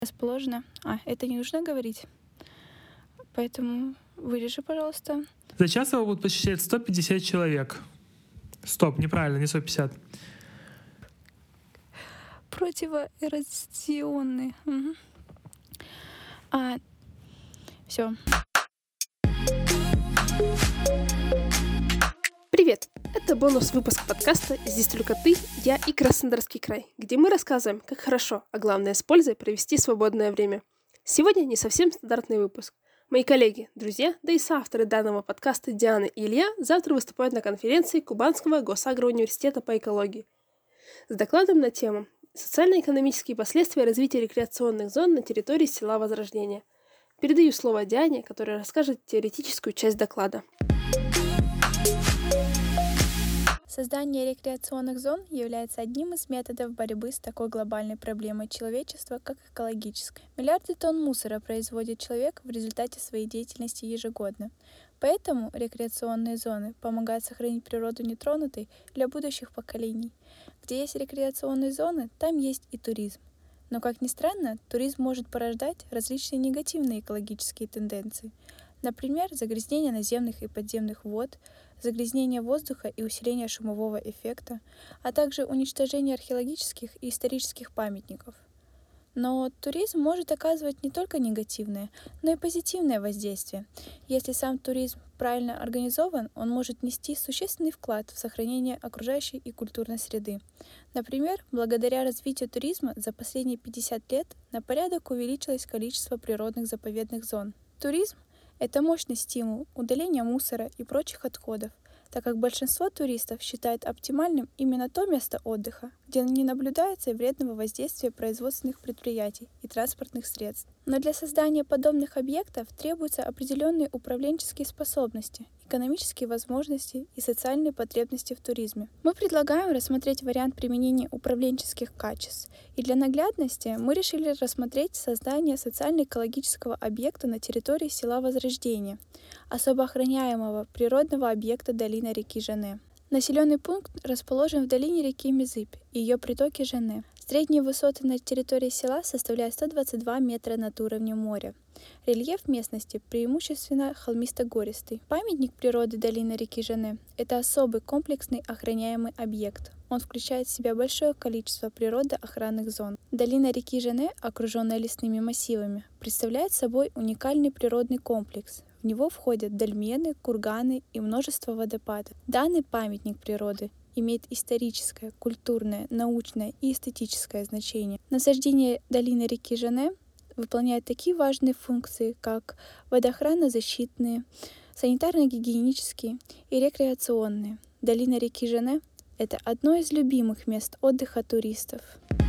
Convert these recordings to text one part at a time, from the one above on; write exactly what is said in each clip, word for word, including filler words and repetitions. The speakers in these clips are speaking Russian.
расположено. А, это не нужно говорить. Поэтому вырежи, пожалуйста. За час его будут посещать сто пятьдесят человек. Стоп, неправильно, не сто пятьдесят. Противоэрозионный. Угу. А, все. Привет! Это бонус-выпуск подкаста «Здесь только ты, я и Краснодарский край», где мы рассказываем, как хорошо, а главное с пользой провести свободное время. Сегодня не совсем стандартный выпуск. Мои коллеги, друзья, да и соавторы данного подкаста Диана и Илья завтра выступают на конференции Кубанского госагроуниверситета по экологии с докладом на тему «Социально-экономические последствия развития рекреационных зон на территории села Возрождение». Передаю слово Диане, которая расскажет теоретическую часть доклада. Создание рекреационных зон является одним из методов борьбы с такой глобальной проблемой человечества, как экологической. Миллиарды тонн мусора производит человек в результате своей деятельности ежегодно. Поэтому рекреационные зоны помогают сохранить природу нетронутой для будущих поколений. Где есть рекреационные зоны, там есть и туризм. Но, как ни странно, туризм может порождать различные негативные экологические тенденции. Например, загрязнение наземных и подземных вод, загрязнение воздуха и усиление шумового эффекта, а также уничтожение археологических и исторических памятников. Но туризм может оказывать не только негативное, но и позитивное воздействие. Если сам туризм правильно организован, он может нести существенный вклад в сохранение окружающей и культурной среды. Например, благодаря развитию туризма за последние пятьдесят лет на порядок увеличилось количество природных заповедных зон. Туризм — это мощный стимул удаления мусора и прочих отходов, так как большинство туристов считают оптимальным именно то место отдыха, где не наблюдается вредного воздействия производственных предприятий и транспортных средств. Но для создания подобных объектов требуются определенные управленческие способности, экономические возможности и социальные потребности в туризме. Мы предлагаем рассмотреть вариант применения управленческих качеств, и для наглядности мы решили рассмотреть создание социально-экологического объекта на территории села Возрождение, особо охраняемого природного объекта долина реки Жене. Населенный пункт расположен в долине реки Мезыбь и ее притоке Жене. Средние высоты на территории села составляют сто двадцать два метра над уровнем моря. Рельеф местности преимущественно холмисто-гористый. Памятник природы долины реки Жене – это особый комплексный охраняемый объект. Он включает в себя большое количество природоохранных зон. Долина реки Жене, окруженная лесными массивами, представляет собой уникальный природный комплекс. В него входят дольмены, курганы и множество водопадов. Данный памятник природы имеет историческое, культурное, научное и эстетическое значение. Насаждение долины реки Жене выполняет такие важные функции, как водоохранно-защитные, санитарно-гигиенические и рекреационные. Долина реки Жене – это одно из любимых мест отдыха туристов.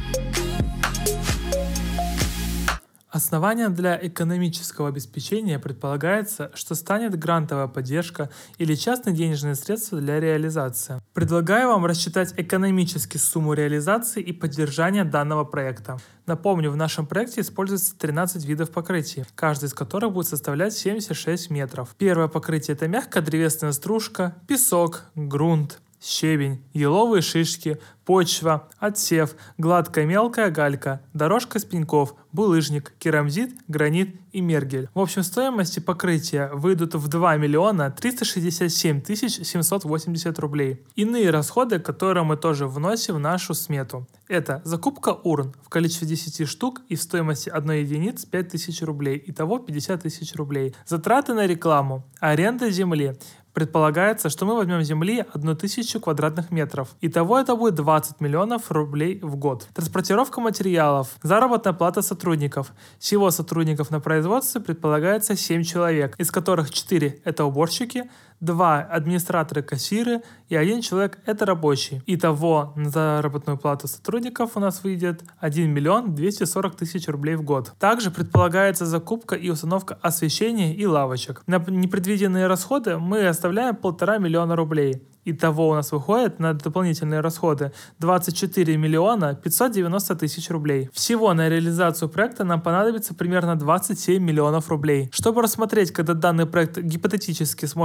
Основанием для экономического обеспечения предполагается, что станет грантовая поддержка или частные денежные средства для реализации. Предлагаю вам рассчитать экономически сумму реализации и поддержания данного проекта. Напомню, в нашем проекте используется тринадцать видов покрытий, каждый из которых будет составлять семьдесят шесть метров. Первое покрытие — это мягкая древесная стружка, песок, грунт, щебень, еловые шишки, почва, отсев, гладкая мелкая галька, дорожка из пеньков, булыжник, керамзит, гранит и мергель. В общем стоимости покрытия выйдут в два миллиона триста шестьдесят семь тысяч семьсот восемьдесят рублей. Иные расходы, которые мы тоже вносим в нашу смету. Это закупка урн в количестве десяти штук и в стоимости одной единицы пять тысяч рублей, итого пятьдесят тысяч рублей. Затраты на рекламу, аренда земли. Предполагается, что мы возьмем земли одну тысячу квадратных метров. Итого это будет двадцать миллионов рублей в год. Транспортировка материалов, заработная плата сотрудников. Всего сотрудников на производстве предполагается семь человек, из которых четыре это уборщики, два администраторы-кассиры и один человек это рабочий. Итого на заработную плату сотрудников у нас выйдет один миллион двести сорок тысяч рублей в год. Также предполагается закупка и установка освещения и лавочек. На непредвиденные расходы мы оставляем полтора миллиона рублей. Итого у нас выходит на дополнительные расходы двадцать четыре миллиона пятьсот девяносто тысяч рублей. Всего на реализацию проекта нам понадобится примерно двадцать семь миллионов рублей. Чтобы рассмотреть, когда данный проект гипотетически сможет окупиться,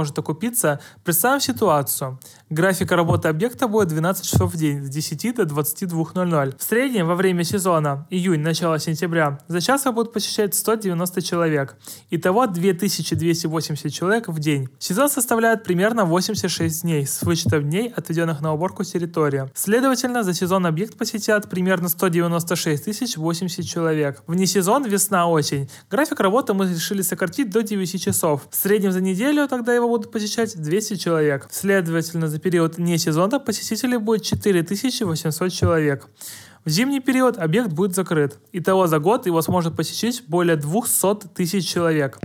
прекратится, представим ситуацию. Графика работы объекта будет двенадцать часов в день с десяти до двадцати двух ноль-ноль. В среднем во время сезона июнь-начало сентября за час их будут посещать сто девяносто человек. Итого две тысячи двести восемьдесят человек в день. Сезон составляет примерно восемьдесят шесть дней с вычетом дней, отведенных на уборку территории. Следовательно, за сезон объект посетят примерно сто девяносто шесть тысяч восемьдесят человек. Вне сезон весна-осень. График работы мы решили сократить до девяти часов. В среднем за неделю тогда его будут посещать двести человек. Следовательно, за период вне сезона посетителей будет четыре тысячи восемьсот человек. В зимний период объект будет закрыт. Итого за год его сможет посетить более двухсот тысяч человек.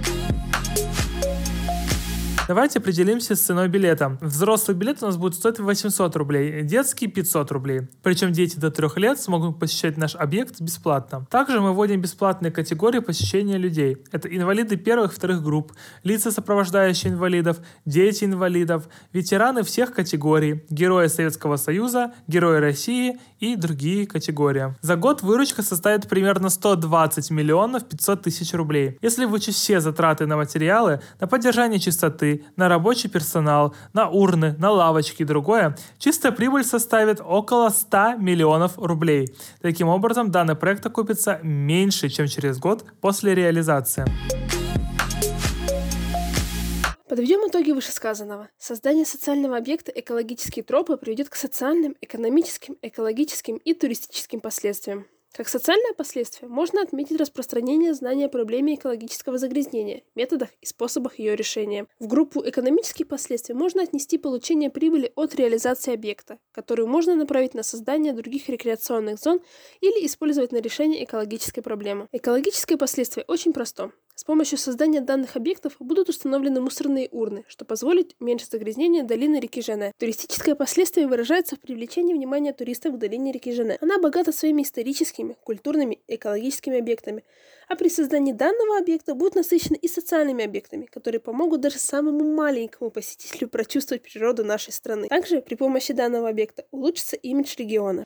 Давайте определимся с ценой билета. Взрослый билет у нас будет стоить восемьсот рублей, детский пятьсот рублей. Причем дети до трёх лет смогут посещать наш объект бесплатно. Также мы вводим бесплатные категории посещения людей. Это инвалиды первых и вторых групп, лица, сопровождающие инвалидов, дети инвалидов, ветераны всех категорий, герои Советского Союза, герои России и другие категории. За год выручка составит примерно сто двадцать миллионов пятьсот тысяч рублей. Если вычесть все затраты на материалы, на поддержание чистоты, на рабочий персонал, на урны, на лавочки и другое, чистая прибыль составит около ста миллионов рублей. Таким образом, данный проект окупится меньше, чем через год после реализации. Подведем итоги вышесказанного. Создание социального объекта «Экологические тропы» приведет к социальным, экономическим, экологическим и туристическим последствиям. Как социальное последствие можно отметить распространение знания о проблеме экологического загрязнения, методах и способах ее решения. В группу экономических последствий можно отнести получение прибыли от реализации объекта, которую можно направить на создание других рекреационных зон или использовать на решение экологической проблемы. Экологическое последствие очень просто. С помощью создания данных объектов будут установлены мусорные урны, что позволит уменьшить загрязнение долины реки Жене. Туристическое последствие выражается в привлечении внимания туристов к долине реки Жене. Она богата своими историческими, культурными и экологическими объектами, а при создании данного объекта будут насыщены и социальными объектами, которые помогут даже самому маленькому посетителю прочувствовать природу нашей страны. Также при помощи данного объекта улучшится имидж региона.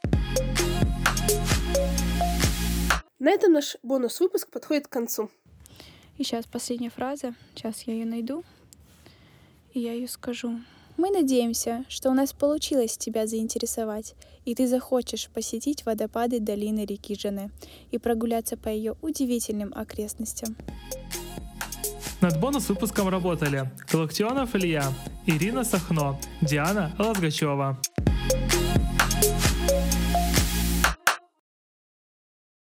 На этом наш бонус-выпуск подходит к концу. И сейчас последняя фраза. Сейчас я ее найду, и я ее скажу. Мы надеемся, что у нас получилось тебя заинтересовать, и ты захочешь посетить водопады долины реки Жене и прогуляться по ее удивительным окрестностям. Над бонус-выпуском работали Галактионов Илья, Ирина Сахно, Диана Лазгачева.